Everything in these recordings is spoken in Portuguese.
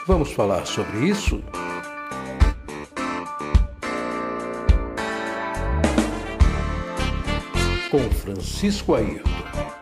Vamos falar sobre isso? Com Francisco Ayrton.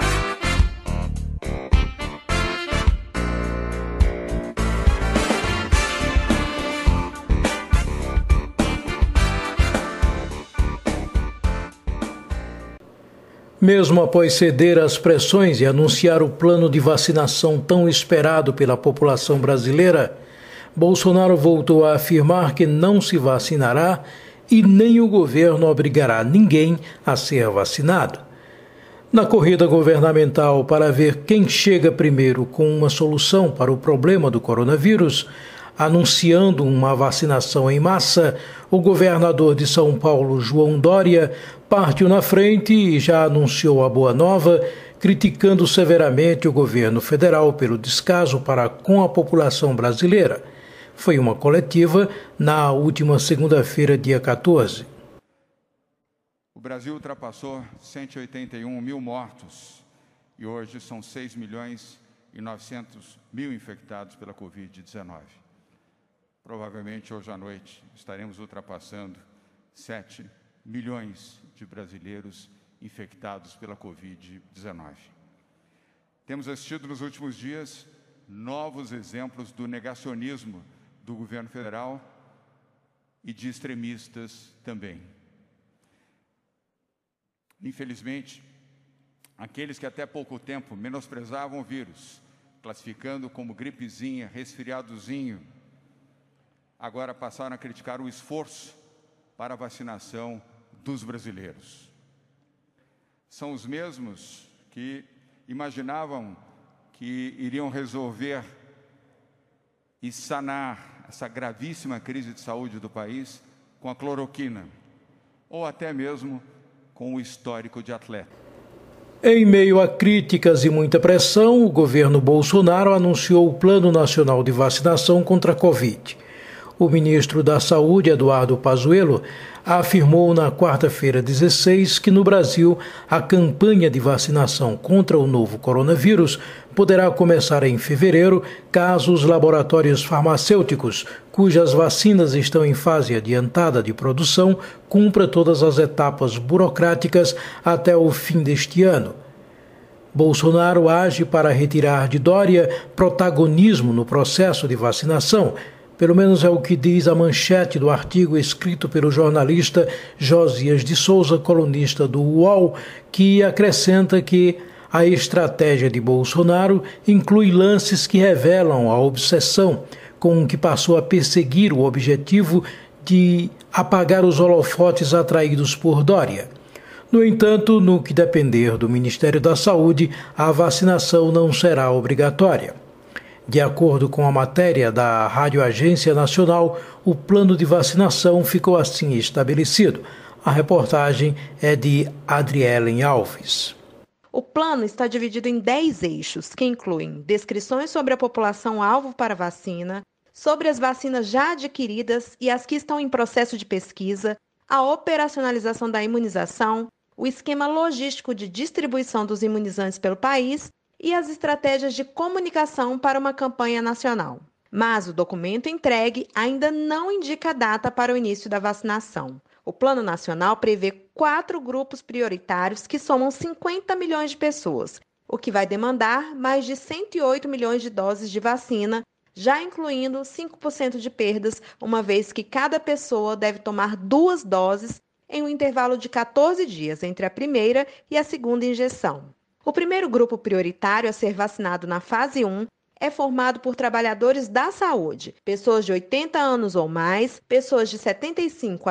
Mesmo após ceder às pressões e anunciar o plano de vacinação tão esperado pela população brasileira, Bolsonaro voltou a afirmar que não se vacinará e nem o governo obrigará ninguém a ser vacinado. Na corrida governamental para ver quem chega primeiro com uma solução para o problema do coronavírus, anunciando uma vacinação em massa, o governador de São Paulo, João Dória, partiu na frente e já anunciou a boa nova, criticando severamente o governo federal pelo descaso para com a população brasileira. Foi uma coletiva na última segunda-feira, dia 14. O Brasil ultrapassou 181 mil mortos e hoje são 6 milhões e 900 mil infectados pela Covid-19. Provavelmente hoje à noite estaremos ultrapassando 7 milhões de brasileiros infectados pela Covid-19. Temos assistido nos últimos dias novos exemplos do negacionismo do governo federal e de extremistas também. Infelizmente, aqueles que até pouco tempo menosprezavam o vírus, classificando como gripezinha, resfriadozinho, agora passaram a criticar o esforço para a vacinação dos brasileiros. São os mesmos que imaginavam que iriam resolver e sanar essa gravíssima crise de saúde do país com a cloroquina, ou até mesmo com o histórico de atleta. Em meio a críticas e muita pressão, o governo Bolsonaro anunciou o Plano Nacional de Vacinação contra a Covid. O ministro da Saúde, Eduardo Pazuello, afirmou na quarta-feira 16 que no Brasil a campanha de vacinação contra o novo coronavírus poderá começar em fevereiro, caso os laboratórios farmacêuticos, cujas vacinas estão em fase adiantada de produção, cumpra todas as etapas burocráticas até o fim deste ano. Bolsonaro age para retirar de Dória protagonismo no processo de vacinação. Pelo menos é o que diz a manchete do artigo escrito pelo jornalista Josias de Souza, colunista do UOL, que acrescenta que a estratégia de Bolsonaro inclui lances que revelam a obsessão com que passou a perseguir o objetivo de apagar os holofotes atraídos por Dória. No entanto, no que depender do Ministério da Saúde, a vacinação não será obrigatória. De acordo com a matéria da Rádio Agência Nacional, o plano de vacinação ficou assim estabelecido. A reportagem é de Adrielen Alves. O plano está dividido em 10 eixos, que incluem descrições sobre a população-alvo para vacina, sobre as vacinas já adquiridas e as que estão em processo de pesquisa, a operacionalização da imunização, o esquema logístico de distribuição dos imunizantes pelo país e as estratégias de comunicação para uma campanha nacional. Mas o documento entregue ainda não indica a data para o início da vacinação. O Plano Nacional prevê 4 grupos prioritários que somam 50 milhões de pessoas, o que vai demandar mais de 108 milhões de doses de vacina, já incluindo 5% de perdas, uma vez que cada pessoa deve tomar 2 doses em um intervalo de 14 dias entre a primeira e a segunda injeção. O primeiro grupo prioritário a ser vacinado na fase 1 é formado por trabalhadores da saúde, pessoas de 80 anos ou mais, pessoas de 75 a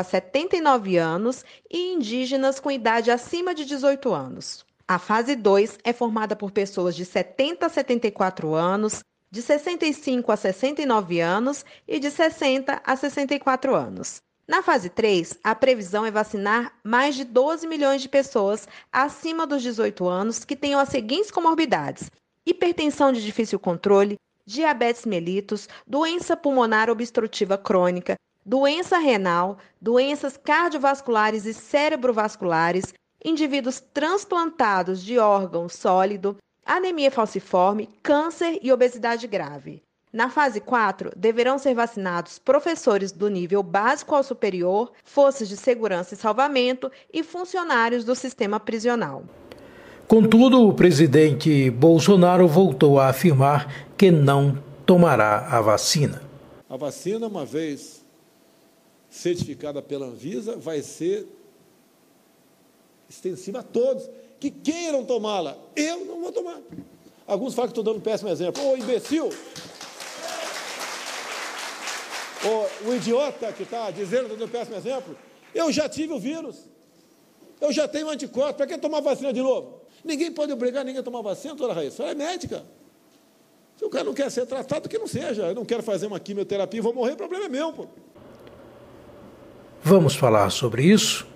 79 anos e indígenas com idade acima de 18 anos. A fase 2 é formada por pessoas de 70 a 74 anos, de 65 a 69 anos e de 60 a 64 anos. Na fase 3, a previsão é vacinar mais de 12 milhões de pessoas acima dos 18 anos que tenham as seguintes comorbidades: hipertensão de difícil controle, diabetes mellitus, doença pulmonar obstrutiva crônica, doença renal, doenças cardiovasculares e cerebrovasculares, indivíduos transplantados de órgão sólido, anemia falciforme, câncer e obesidade grave. Na fase 4, deverão ser vacinados professores do nível básico ao superior, forças de segurança e salvamento e funcionários do sistema prisional. Contudo, o presidente Bolsonaro voltou a afirmar que não tomará a vacina. A vacina, uma vez certificada pela Anvisa, vai ser extensiva a todos que queiram tomá-la. Eu não vou tomar. Alguns falam que estou dando um péssimo exemplo. Ô, imbecil! O idiota que está dizendo que eu dou um péssimo exemplo, eu já tive o vírus. Eu já tenho anticorpos. Para que tomar vacina de novo? Ninguém pode obrigar ninguém a tomar vacina, doutora Raíssa. Ela é médica. Se o cara não quer ser tratado, que não seja. Eu não quero fazer uma quimioterapia e vou morrer, o problema é meu. Pô. Vamos falar sobre isso?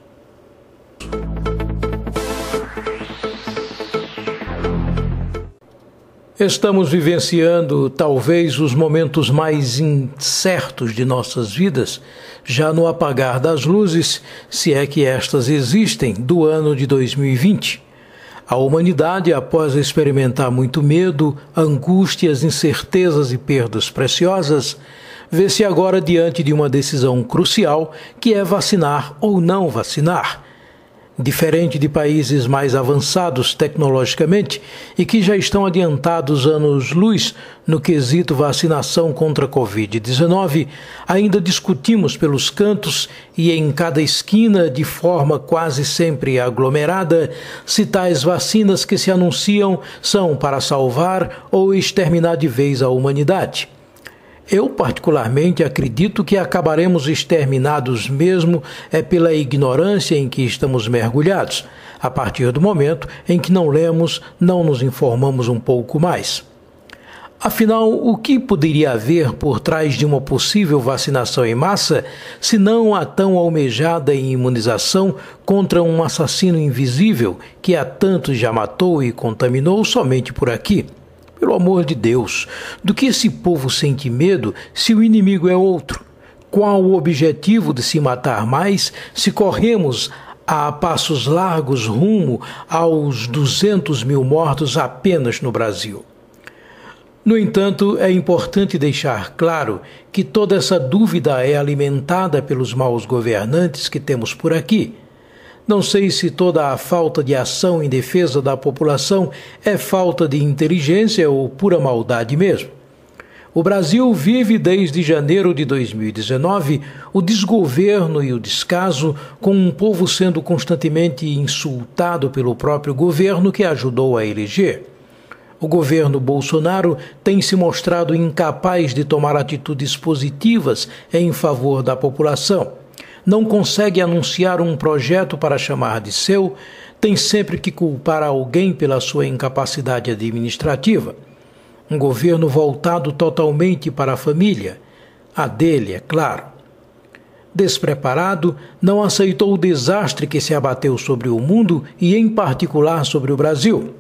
Estamos vivenciando talvez os momentos mais incertos de nossas vidas, já no apagar das luzes, se é que estas existem, do ano de 2020. A humanidade, após experimentar muito medo, angústias, incertezas e perdas preciosas, vê-se agora diante de uma decisão crucial, que é vacinar ou não vacinar. Diferente de países mais avançados tecnologicamente e que já estão adiantados anos-luz no quesito vacinação contra a Covid-19, ainda discutimos pelos cantos e em cada esquina, de forma quase sempre aglomerada, se tais vacinas que se anunciam são para salvar ou exterminar de vez a humanidade. Eu, particularmente, acredito que acabaremos exterminados mesmo pela ignorância em que estamos mergulhados, a partir do momento em que não lemos, não nos informamos um pouco mais. Afinal, o que poderia haver por trás de uma possível vacinação em massa, se não a tão almejada imunização contra um assassino invisível que a tantos já matou e contaminou somente por aqui? Pelo amor de Deus, do que esse povo sente medo se o inimigo é outro? Qual o objetivo de se matar mais se corremos a passos largos rumo aos 200 mil mortos apenas no Brasil? No entanto, é importante deixar claro que toda essa dúvida é alimentada pelos maus governantes que temos por aqui. Não sei se toda a falta de ação em defesa da população é falta de inteligência ou pura maldade mesmo. O Brasil vive desde janeiro de 2019 o desgoverno e o descaso, com um povo sendo constantemente insultado pelo próprio governo que ajudou a eleger. O governo Bolsonaro tem se mostrado incapaz de tomar atitudes positivas em favor da população. Não consegue anunciar um projeto para chamar de seu, tem sempre que culpar alguém pela sua incapacidade administrativa. Um governo voltado totalmente para a família, a dele, é claro. Despreparado, não aceitou o desastre que se abateu sobre o mundo e, em particular, sobre o Brasil.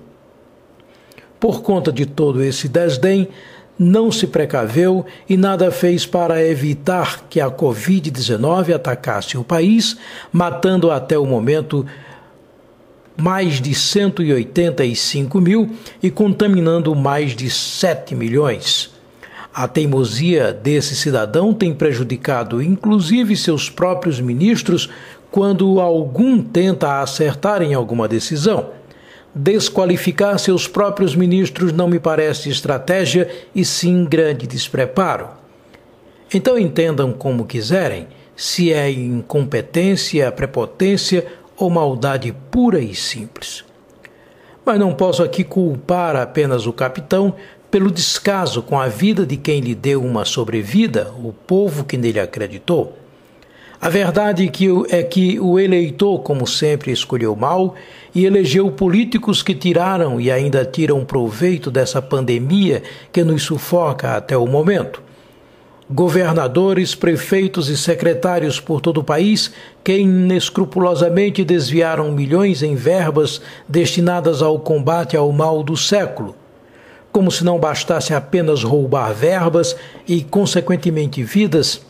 Por conta de todo esse desdém, não se precaveu e nada fez para evitar que a Covid-19 atacasse o país, matando até o momento mais de 185 mil e contaminando mais de 7 milhões. A teimosia desse cidadão tem prejudicado inclusive seus próprios ministros quando algum tenta acertar em alguma decisão. Desqualificar seus próprios ministros não me parece estratégia e sim grande despreparo. Então entendam como quiserem, se é incompetência, prepotência ou maldade pura e simples. Mas não posso aqui culpar apenas o capitão pelo descaso com a vida de quem lhe deu uma sobrevida, o povo que nele acreditou. A verdade é que o eleitor, como sempre, escolheu mal e elegeu políticos que tiraram e ainda tiram proveito dessa pandemia que nos sufoca até o momento. Governadores, prefeitos e secretários por todo o país que inescrupulosamente desviaram milhões em verbas destinadas ao combate ao mal do século. Como se não bastasse apenas roubar verbas e, consequentemente, vidas,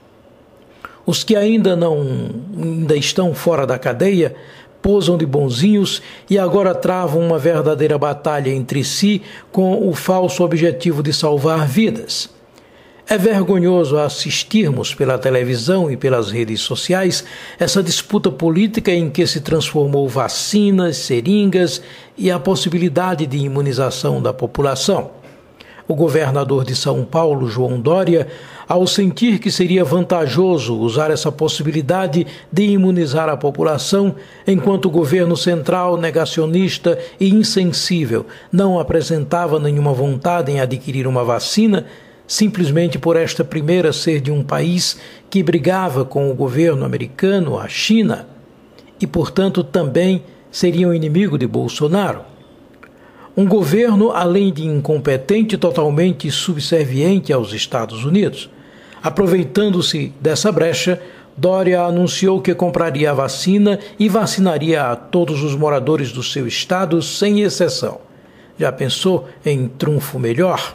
os que ainda estão fora da cadeia posam de bonzinhos e agora travam uma verdadeira batalha entre si com o falso objetivo de salvar vidas. É vergonhoso assistirmos pela televisão e pelas redes sociais essa disputa política em que se transformou vacinas, seringas e a possibilidade de imunização da população. O governador de São Paulo, João Dória, ao sentir que seria vantajoso usar essa possibilidade de imunizar a população, enquanto o governo central, negacionista e insensível, não apresentava nenhuma vontade em adquirir uma vacina, simplesmente por esta primeira ser de um país que brigava com o governo americano, a China, e, portanto, também seria um inimigo de Bolsonaro. Um governo, além de incompetente, totalmente subserviente aos Estados Unidos. Aproveitando-se dessa brecha, Dória anunciou que compraria a vacina e vacinaria a todos os moradores do seu estado, sem exceção. Já pensou em trunfo melhor?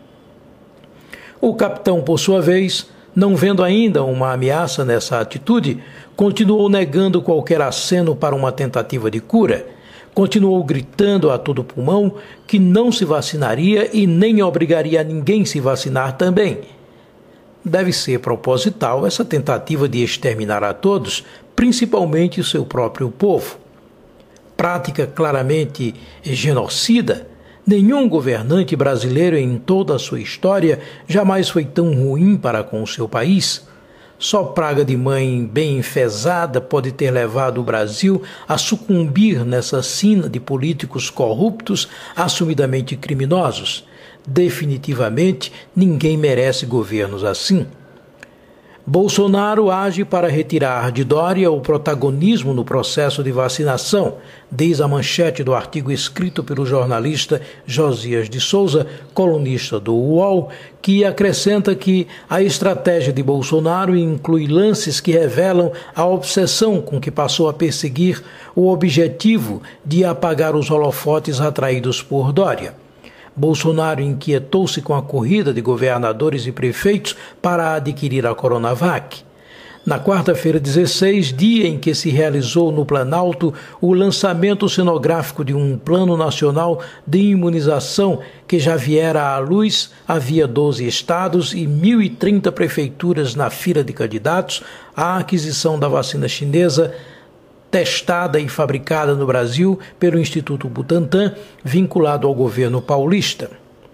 O capitão, por sua vez, não vendo ainda uma ameaça nessa atitude, continuou negando qualquer aceno para uma tentativa de cura. Continuou gritando a todo pulmão que não se vacinaria e nem obrigaria a ninguém a se vacinar também. Deve ser proposital essa tentativa de exterminar a todos, principalmente o seu próprio povo. Prática claramente genocida. Nenhum governante brasileiro em toda a sua história jamais foi tão ruim para com o seu país. Só praga de mãe bem enfesada pode ter levado o Brasil a sucumbir nessa sina de políticos corruptos, assumidamente criminosos. Definitivamente, ninguém merece governos assim. Bolsonaro age para retirar de Dória o protagonismo no processo de vacinação, diz a manchete do artigo escrito pelo jornalista Josias de Souza, colunista do UOL, que acrescenta que a estratégia de Bolsonaro inclui lances que revelam a obsessão com que passou a perseguir o objetivo de apagar os holofotes atraídos por Dória. Bolsonaro inquietou-se com a corrida de governadores e prefeitos para adquirir a Coronavac. Na quarta-feira 16, dia em que se realizou no Planalto o lançamento cenográfico de um Plano Nacional de Imunização que já viera à luz, havia 12 estados e 1.030 prefeituras na fila de candidatos à aquisição da vacina chinesa, testada e fabricada no Brasil pelo Instituto Butantan, vinculado ao governo paulista.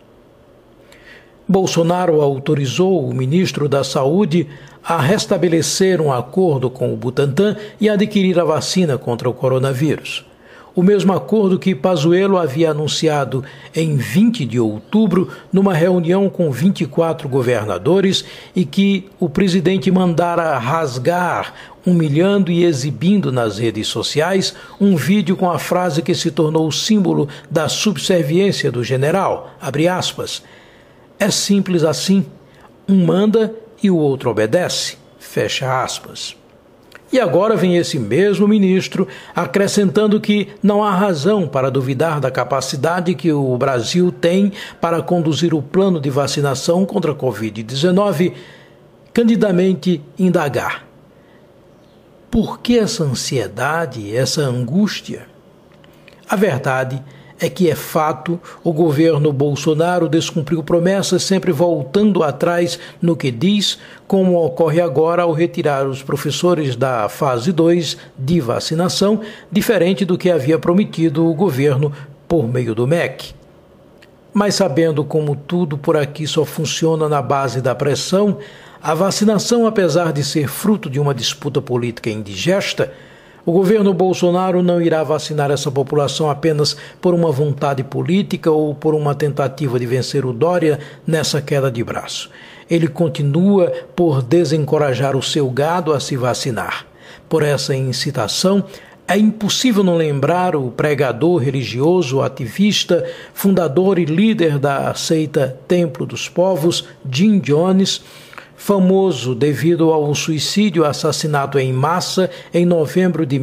Bolsonaro autorizou o ministro da Saúde a restabelecer um acordo com o Butantan e adquirir a vacina contra o coronavírus. O mesmo acordo que Pazuello havia anunciado em 20 de outubro, numa reunião com 24 governadores, e que o presidente mandara rasgar, humilhando e exibindo nas redes sociais um vídeo com a frase que se tornou o símbolo da subserviência do general, abre aspas, é simples assim, um manda e o outro obedece, fecha aspas. E agora vem esse mesmo ministro acrescentando que não há razão para duvidar da capacidade que o Brasil tem para conduzir o plano de vacinação contra a Covid-19, candidamente indagar. Por que essa ansiedade, essa angústia? A verdade é que é fato, o governo Bolsonaro descumpriu promessas sempre voltando atrás no que diz, como ocorre agora ao retirar os professores da fase 2 de vacinação, diferente do que havia prometido o governo por meio do MEC. Mas sabendo como tudo por aqui só funciona na base da pressão, a vacinação, apesar de ser fruto de uma disputa política indigesta, o governo Bolsonaro não irá vacinar essa população apenas por uma vontade política ou por uma tentativa de vencer o Dória nessa queda de braço. Ele continua por desencorajar o seu gado a se vacinar. Por essa incitação, é impossível não lembrar o pregador religioso, ativista, fundador e líder da seita Templo dos Povos, Jim Jones, famoso devido ao suicídio e assassinato em massa em novembro de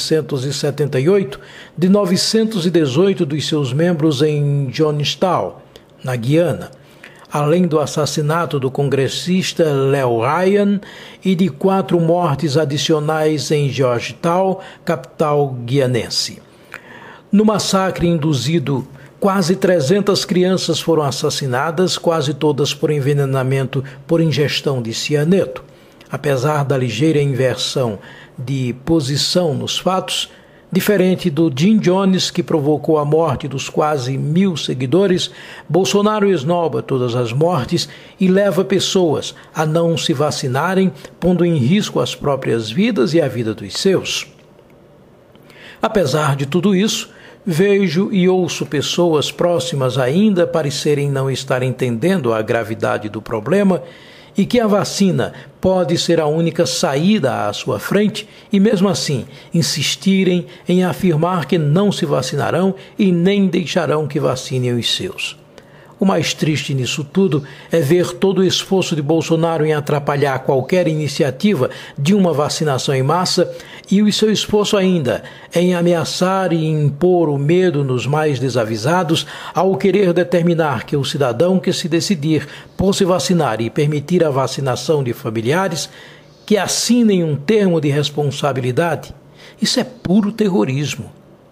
1978 de 918 dos seus membros em Johnstown, na Guiana, além do assassinato do congressista Léo Ryan e de 4 mortes adicionais em Georgetown, capital guianense. No massacre induzido Quase 300 crianças foram assassinadas, quase todas por envenenamento por ingestão de cianeto. Apesar da ligeira inversão de posição nos fatos, diferente do Jim Jones, que provocou a morte dos quase 1.000 seguidores, Bolsonaro esnoba todas as mortes e leva pessoas a não se vacinarem, pondo em risco as próprias vidas e a vida dos seus. Apesar de tudo isso, vejo e ouço pessoas próximas ainda parecerem não estar entendendo a gravidade do problema e que a vacina pode ser a única saída à sua frente e, mesmo assim, insistirem em afirmar que não se vacinarão e nem deixarão que vacinem os seus. O mais triste nisso tudo é ver todo o esforço de Bolsonaro em atrapalhar qualquer iniciativa de uma vacinação em massa e o seu esforço ainda em ameaçar e impor o medo nos mais desavisados ao querer determinar que o cidadão que se decidir por se vacinar e permitir a vacinação de familiares que assinem um termo de responsabilidade. Isso é puro terrorismo.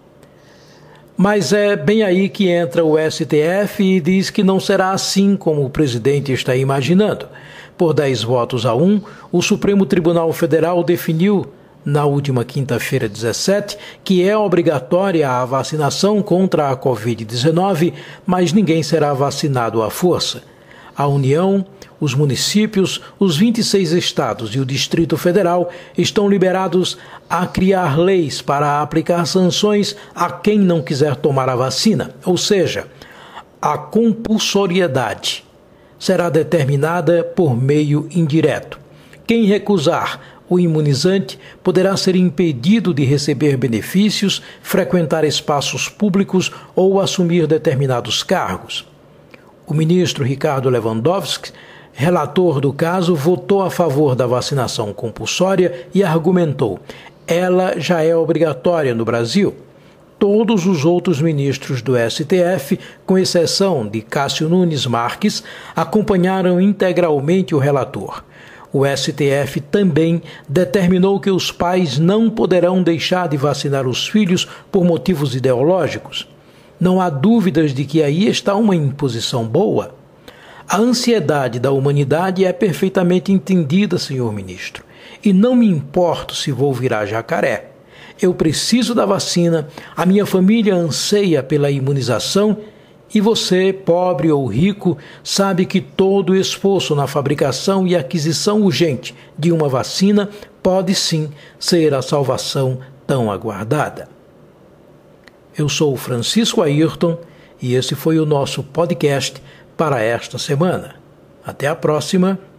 Mas é bem aí que entra o STF e diz que não será assim como o presidente está imaginando. Por 10 votos a 1, o Supremo Tribunal Federal definiu, na última quinta-feira 17, que é obrigatória a vacinação contra a Covid-19, mas ninguém será vacinado à força. A União, os municípios, os 26 estados e o Distrito Federal estão liberados a criar leis para aplicar sanções a quem não quiser tomar a vacina, ou seja, a compulsoriedade será determinada por meio indireto. Quem recusar o imunizante poderá ser impedido de receber benefícios, frequentar espaços públicos ou assumir determinados cargos. O ministro Ricardo Lewandowski, relator do caso, votou a favor da vacinação compulsória e argumentou: ela já é obrigatória no Brasil. Todos os outros ministros do STF, com exceção de Cássio Nunes Marques, acompanharam integralmente o relator. O STF também determinou que os pais não poderão deixar de vacinar os filhos por motivos ideológicos. Não há dúvidas de que aí está uma imposição boa. A ansiedade da humanidade é perfeitamente entendida, senhor ministro, e não me importo se vou virar jacaré. Eu preciso da vacina, a minha família anseia pela imunização e você, pobre ou rico, sabe que todo o esforço na fabricação e aquisição urgente de uma vacina pode sim ser a salvação tão aguardada. Eu sou Francisco Ayrton e esse foi o nosso podcast para esta semana. Até a próxima.